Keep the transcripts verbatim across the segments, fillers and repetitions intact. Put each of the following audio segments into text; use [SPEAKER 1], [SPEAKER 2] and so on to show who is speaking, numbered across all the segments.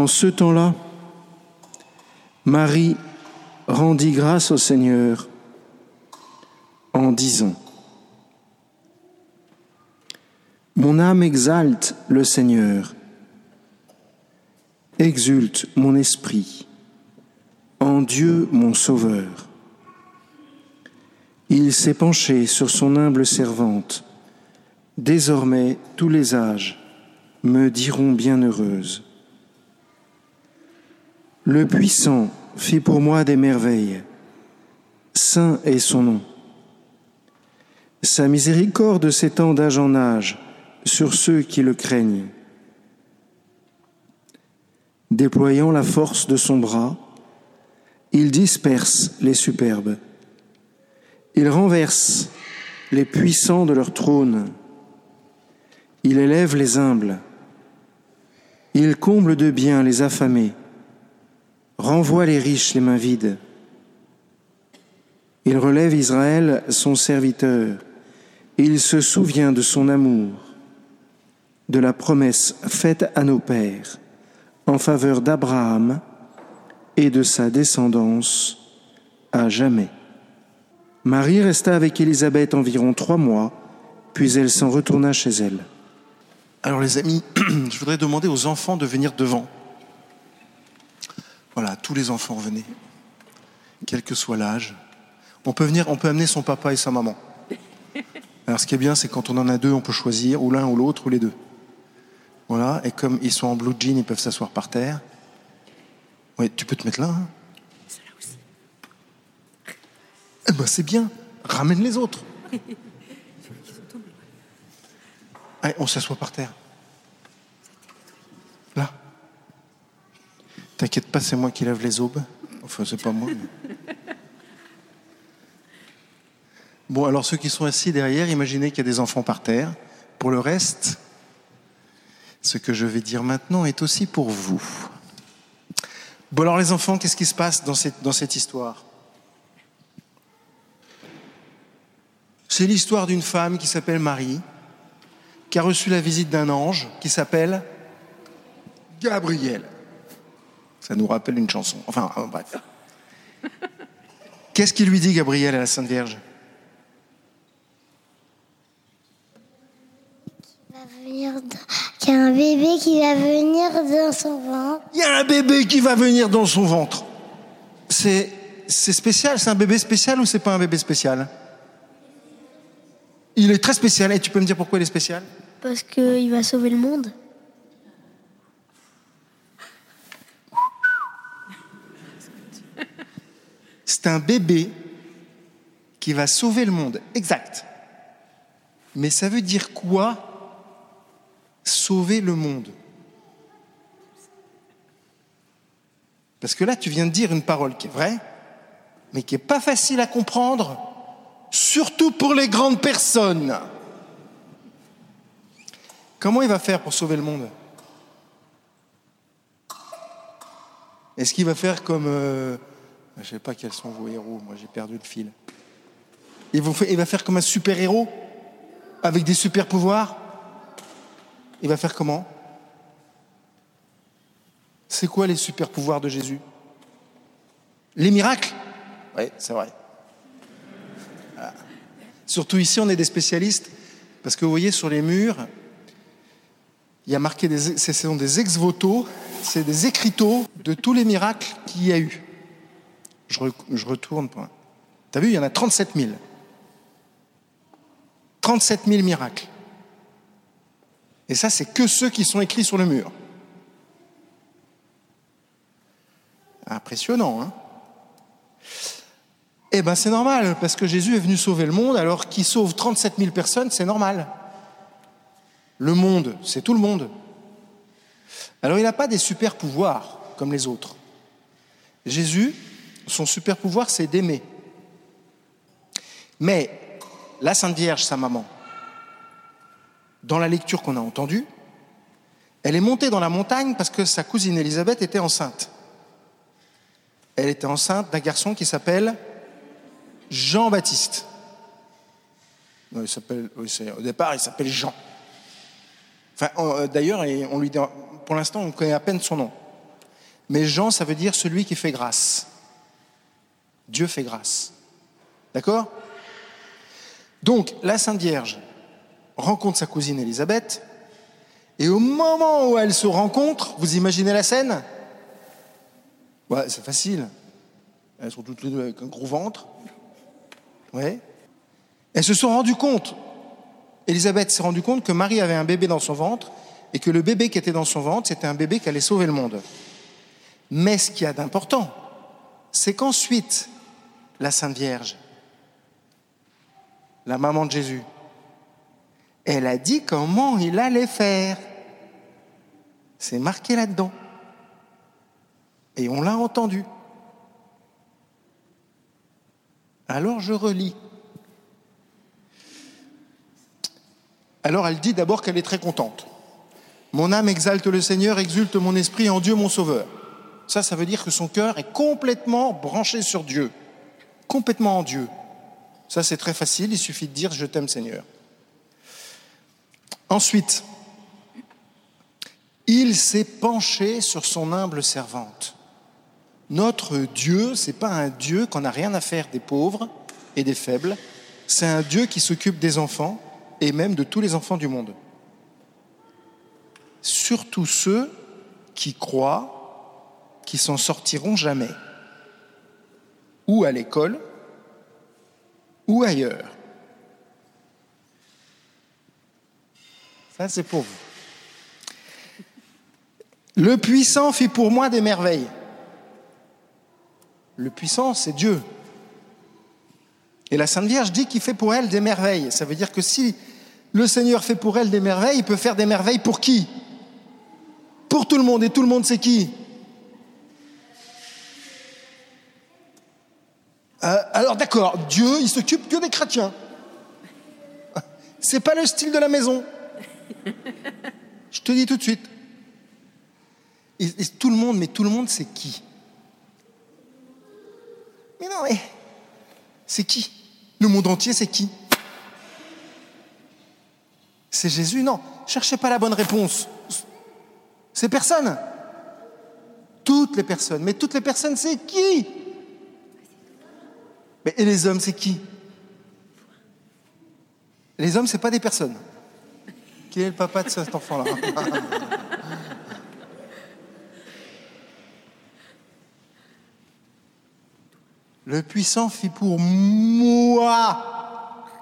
[SPEAKER 1] En ce temps-là, Marie rendit grâce au Seigneur en disant : Mon âme exalte le Seigneur, exulte mon esprit en Dieu mon Sauveur. Il s'est penché sur son humble servante. Désormais, tous les âges me diront bienheureuse. Le Puissant fit pour moi des merveilles. Saint est son nom. Sa miséricorde s'étend d'âge en âge sur ceux qui le craignent. Déployant la force de son bras, il disperse les superbes. Il renverse les puissants de leur trône. Il élève les humbles. Il comble de biens les affamés. Renvoie les riches les mains vides. Il relève Israël, son serviteur. Il se souvient de son amour, de la promesse faite à nos pères en faveur d'Abraham et de sa descendance à jamais. Marie resta avec Élisabeth environ trois mois, puis elle s'en retourna chez elle.
[SPEAKER 2] Alors les amis, je voudrais demander aux enfants de venir devant. Voilà, tous les enfants, venez, quel que soit l'âge. On peut venir, on peut amener son papa et sa maman. Alors ce qui est bien, c'est quand on en a deux, on peut choisir ou l'un ou l'autre ou les deux. Voilà, et comme ils sont en blue jean, ils peuvent s'asseoir par terre. Oui, tu peux te mettre là. Hein.
[SPEAKER 3] Cela aussi.
[SPEAKER 2] Eh ben c'est bien, ramène les autres. Allez, on s'assoit par terre. Là. T'inquiète pas, c'est moi qui lave les aubes. Enfin, c'est pas moi. Mais... Bon, alors ceux qui sont assis derrière, imaginez qu'il y a des enfants par terre. Pour le reste, ce que je vais dire maintenant est aussi pour vous. Bon, alors les enfants, qu'est-ce qui se passe dans cette, dans cette histoire ? C'est l'histoire d'une femme qui s'appelle Marie, qui a reçu la visite d'un ange qui s'appelle Gabriel. Ça nous rappelle une chanson. Enfin, euh, bref. Qu'est-ce qu'il lui dit, Gabriel, à la Sainte Vierge ?
[SPEAKER 4] Qu'il y a un bébé qui va venir dans son ventre.
[SPEAKER 2] Il y a un bébé qui va venir dans son ventre. C'est, c'est spécial, c'est un bébé spécial ou c'est pas un bébé spécial ? Il est très spécial. Et tu peux me dire pourquoi il est spécial ?
[SPEAKER 4] Parce qu'il va sauver le monde.
[SPEAKER 2] C'est un bébé qui va sauver le monde. Exact. Mais ça veut dire quoi ? Sauver le monde. Parce que là, tu viens de dire une parole qui est vraie, mais qui n'est pas facile à comprendre, surtout pour les grandes personnes. Comment il va faire pour sauver le monde ? Est-ce qu'il va faire comme... Euh, je ne sais pas quels sont vos héros, moi j'ai perdu le fil. Il va, il va faire comme un super-héros, avec des super-pouvoirs ? Il va faire comment ? C'est quoi les super-pouvoirs de Jésus ? Les miracles ? Oui, c'est vrai. Voilà. Surtout ici, on est des spécialistes, parce que vous voyez, sur les murs, il y a marqué, des, ce sont des ex-voto, c'est des écriteaux de tous les miracles qu'il y a eu. Je, re, je retourne. T'as vu, il y en a trente-sept mille. trente-sept mille miracles. Et ça, c'est que ceux qui sont écrits sur le mur. Impressionnant, hein ? Eh bien, c'est normal, parce que Jésus est venu sauver le monde, alors qu'il sauve trente-sept mille personnes, c'est normal. Le monde, c'est tout le monde. Alors, il n'a pas des super pouvoirs, comme les autres. Jésus, son super pouvoir, c'est d'aimer. Mais, la Sainte Vierge, sa maman, dans la lecture qu'on a entendue, elle est montée dans la montagne parce que sa cousine Élisabeth était enceinte. Elle était enceinte d'un garçon qui s'appelle Jean-Baptiste. Non, il s'appelle, oui, c'est, au départ, il s'appelle Jean. Enfin, on, d'ailleurs, on lui, pour l'instant, on connaît à peine son nom. Mais Jean, ça veut dire celui qui fait grâce. Dieu fait grâce. D'accord ? Donc, la Sainte Vierge rencontre sa cousine Élisabeth, et au moment où elles se rencontrent, vous imaginez la scène ? Ouais, c'est facile. Elles sont toutes les deux avec un gros ventre. Ouais. Elles se sont rendues compte, Élisabeth s'est rendue compte que Marie avait un bébé dans son ventre, et que le bébé qui était dans son ventre, c'était un bébé qui allait sauver le monde. Mais ce qu'il y a d'important, c'est qu'ensuite, la Sainte Vierge, la maman de Jésus, elle a dit comment il allait faire. C'est marqué là-dedans. Et on l'a entendu. Alors je relis. Alors elle dit d'abord qu'elle est très contente. Mon âme exalte le Seigneur, exulte mon esprit en Dieu mon Sauveur. Ça, ça veut dire que son cœur est complètement branché sur Dieu. Complètement en Dieu. Ça, c'est très facile, il suffit de dire « Je t'aime, Seigneur ». Ensuite, il s'est penché sur son humble servante. Notre Dieu, ce n'est pas un Dieu qu'on n'a rien à faire des pauvres et des faibles. C'est un Dieu qui s'occupe des enfants et même de tous les enfants du monde. Surtout ceux qui croient qu'ils s'en sortiront jamais. Ou à l'école, ou ailleurs. Ça, c'est pour vous. Le puissant fit pour moi des merveilles. Le puissant, c'est Dieu. Et la Sainte Vierge dit qu'il fait pour elle des merveilles. Ça veut dire que si le Seigneur fait pour elle des merveilles, il peut faire des merveilles pour qui ? Pour tout le monde. Et tout le monde, c'est qui ? euh, Alors d'accord, Dieu, il s'occupe que des chrétiens. C'est pas le style de la maison. Je te dis tout de suite. Et, et tout le monde, mais tout le monde, c'est qui ? Mais non, mais c'est qui ? Le monde entier, c'est qui ? C'est Jésus ? Non, cherchez pas la bonne réponse. C'est personne. Toutes les personnes. Mais toutes les personnes, c'est qui ? Mais, et les hommes, c'est qui ? Les hommes, c'est pas des personnes. Qui est le papa de cet enfant-là ? Le puissant fit pour moi.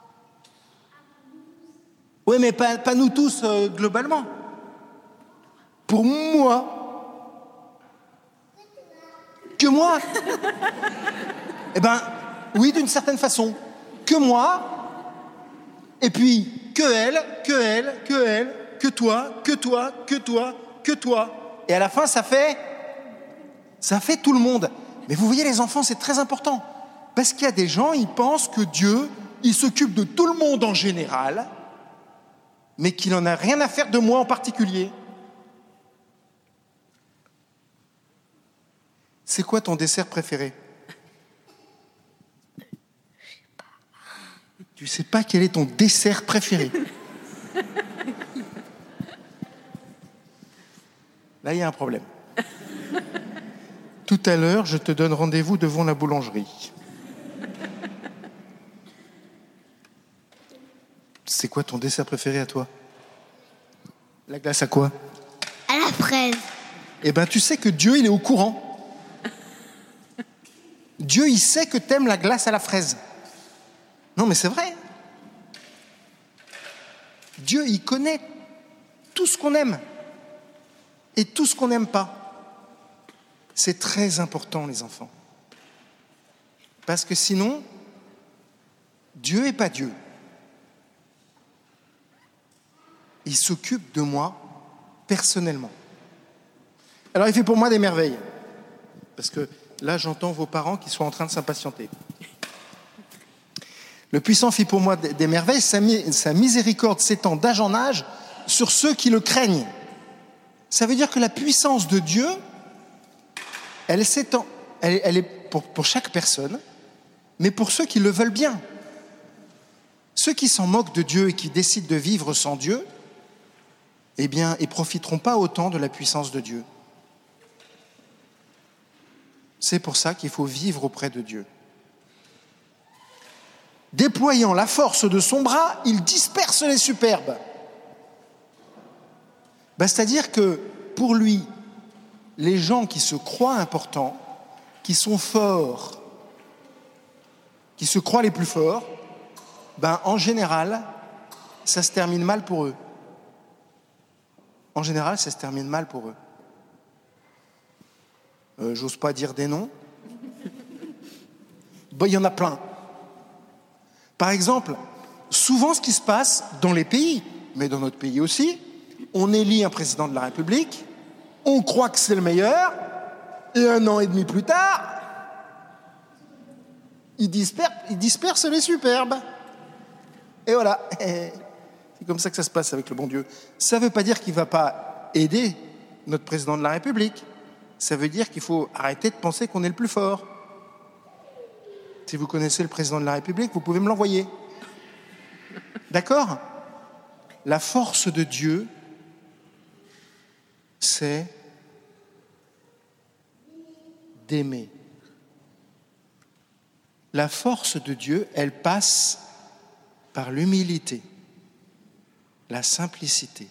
[SPEAKER 2] Oui, mais pas, pas nous tous, euh, globalement. Pour moi. Que moi. Eh bien, oui, d'une certaine façon. Que moi. Et puis, que elle, que elle, que elle, que toi, que toi, que toi, que toi. Et à la fin, ça fait... Ça fait tout le monde. Mais vous voyez, les enfants, c'est très important. Parce qu'il y a des gens, ils pensent que Dieu, il s'occupe de tout le monde en général, mais qu'il n'en a rien à faire de moi en particulier. C'est quoi ton dessert préféré ? Tu sais pas quel est ton dessert préféré ? Là, il y a un problème. Tout à l'heure, je te donne rendez-vous devant la boulangerie. C'est quoi ton dessert préféré à toi ? La glace à quoi ?
[SPEAKER 4] À la fraise.
[SPEAKER 2] Eh bien, tu sais que Dieu, il est au courant. Dieu, il sait que t'aimes la glace à la fraise. Non, mais c'est vrai. Dieu, il connaît tout ce qu'on aime et tout ce qu'on n'aime pas. C'est très important, les enfants. Parce que sinon, Dieu n'est pas Dieu. Il s'occupe de moi personnellement. Alors, il fait pour moi des merveilles. Parce que là, j'entends vos parents qui sont en train de s'impatienter. Le puissant fit pour moi des merveilles, sa, mi- sa miséricorde s'étend d'âge en âge sur ceux qui le craignent. Ça veut dire que la puissance de Dieu, elle s'étend, elle, elle est pour, pour chaque personne, mais pour ceux qui le veulent bien. Ceux qui s'en moquent de Dieu et qui décident de vivre sans Dieu, eh bien, ils ne profiteront pas autant de la puissance de Dieu. C'est pour ça qu'il faut vivre auprès de Dieu. Déployant la force de son bras, il disperse les superbes. Ben, c'est-à-dire que pour lui, les gens qui se croient importants, qui sont forts, qui se croient les plus forts, ben, en général, ça se termine mal pour eux. En général, ça se termine mal pour eux. Euh, j'ose pas dire des noms. Ben, il y en a plein. Par exemple, souvent ce qui se passe dans les pays, mais dans notre pays aussi, on élit un président de la République, on croit que c'est le meilleur, et un an et demi plus tard, il disperse, il disperse les superbes. Et voilà, c'est comme ça que ça se passe avec le bon Dieu. Ça ne veut pas dire qu'il ne va pas aider notre président de la République. Ça veut dire qu'il faut arrêter de penser qu'on est le plus fort. Si vous connaissez le président de la République, vous pouvez me l'envoyer. D'accord ? La force de Dieu, c'est d'aimer. La force de Dieu, elle passe par l'humilité, la simplicité.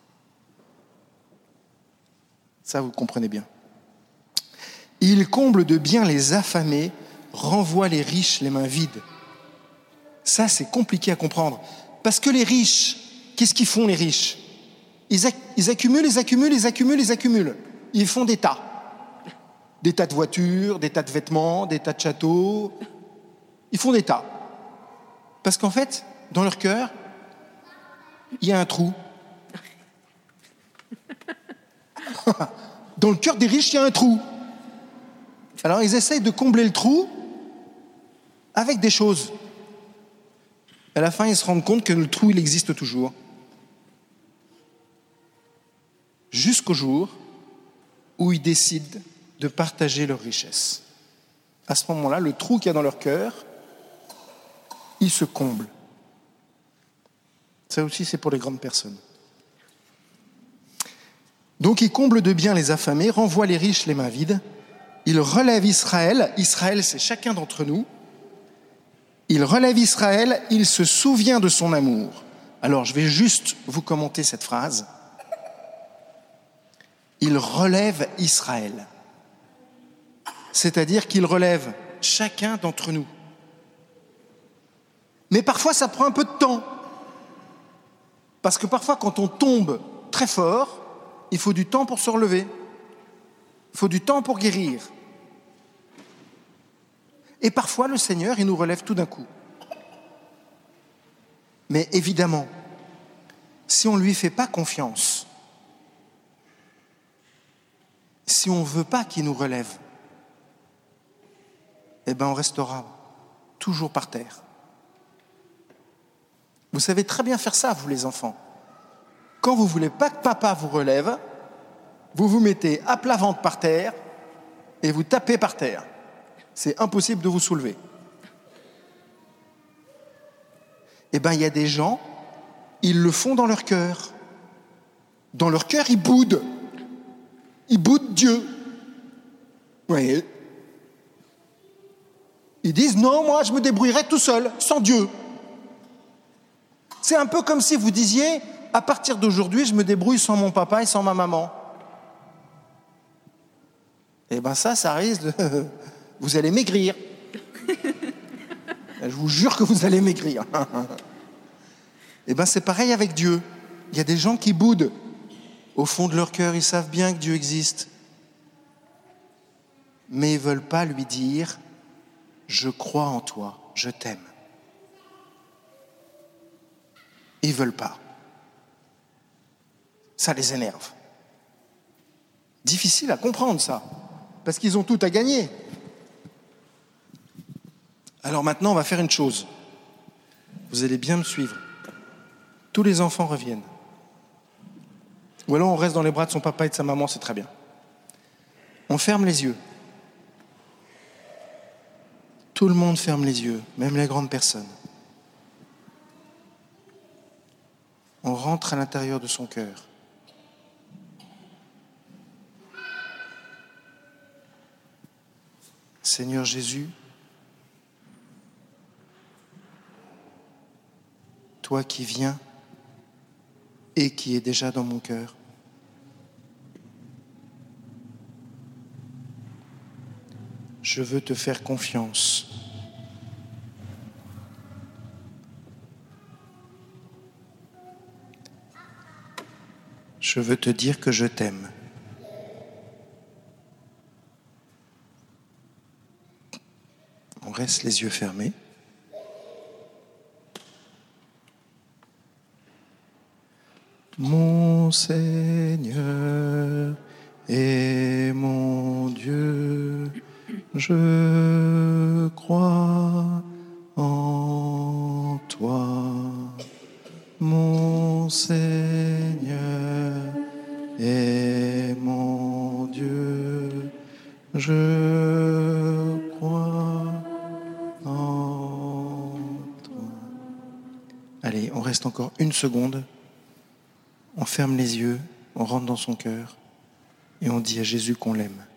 [SPEAKER 2] Ça, vous comprenez bien. Il comble de bien les affamés, renvoie les riches les mains vides. Ça, c'est compliqué à comprendre. Parce que les riches, qu'est-ce qu'ils font les riches ? ils, acc- ils accumulent, ils accumulent, ils accumulent, ils accumulent. Ils font des tas. Des tas de voitures, des tas de vêtements, des tas de châteaux. Ils font des tas. Parce qu'en fait, dans leur cœur, il y a un trou. Dans le cœur des riches, il y a un trou. Alors ils essayent de combler le trou avec des choses. À la fin, ils se rendent compte que le trou, il existe toujours. Jusqu'au jour où ils décident de partager leur richesse. À ce moment-là, le trou qu'il y a dans leur cœur, il se comble. Ça aussi, c'est pour les grandes personnes. Donc, il comble de bien les affamés, renvoie les riches les mains vides. Il relève Israël. Israël, c'est chacun d'entre nous. Il relève Israël, il se souvient de son amour. Alors, je vais juste vous commenter cette phrase. Il relève Israël. C'est-à-dire qu'il relève chacun d'entre nous. Mais parfois, ça prend un peu de temps. Parce que parfois, quand on tombe très fort, il faut du temps pour se relever. Il faut du temps pour guérir. Et parfois, le Seigneur, il nous relève tout d'un coup. Mais évidemment, si on ne lui fait pas confiance, si on ne veut pas qu'il nous relève, eh bien, on restera toujours par terre. Vous savez très bien faire ça, vous les enfants. Quand vous ne voulez pas que papa vous relève, vous vous mettez à plat ventre par terre et vous tapez par terre. C'est impossible de vous soulever. Eh bien, il y a des gens, ils le font dans leur cœur. Dans leur cœur, ils boudent. Ils boudent Dieu. Vous voyez ? Ils disent, non, moi, je me débrouillerai tout seul, sans Dieu. C'est un peu comme si vous disiez, à partir d'aujourd'hui, je me débrouille sans mon papa et sans ma maman. Eh bien, ça, ça risque de... Vous allez maigrir. Je vous jure que vous allez maigrir. Eh bien, c'est pareil avec Dieu. Il y a des gens qui boudent. Au fond de leur cœur, ils savent bien que Dieu existe. Mais ils ne veulent pas lui dire « Je crois en toi, je t'aime ». Ils ne veulent pas. Ça les énerve. Difficile à comprendre, ça. Parce qu'ils ont tout à gagner. Alors maintenant, on va faire une chose. Vous allez bien me suivre. Tous les enfants reviennent. Ou alors on reste dans les bras de son papa et de sa maman, c'est très bien. On ferme les yeux. Tout le monde ferme les yeux, même les grandes personnes. On rentre à l'intérieur de son cœur. Seigneur Jésus, toi qui viens et qui es déjà dans mon cœur, je veux te faire confiance. Je veux te dire que je t'aime. On reste les yeux fermés. Mon Seigneur et mon Dieu, je crois en toi. Mon Seigneur et mon Dieu, je crois en toi. Allez, on reste encore une seconde. On ferme les yeux, on rentre dans son cœur et on dit à Jésus qu'on l'aime.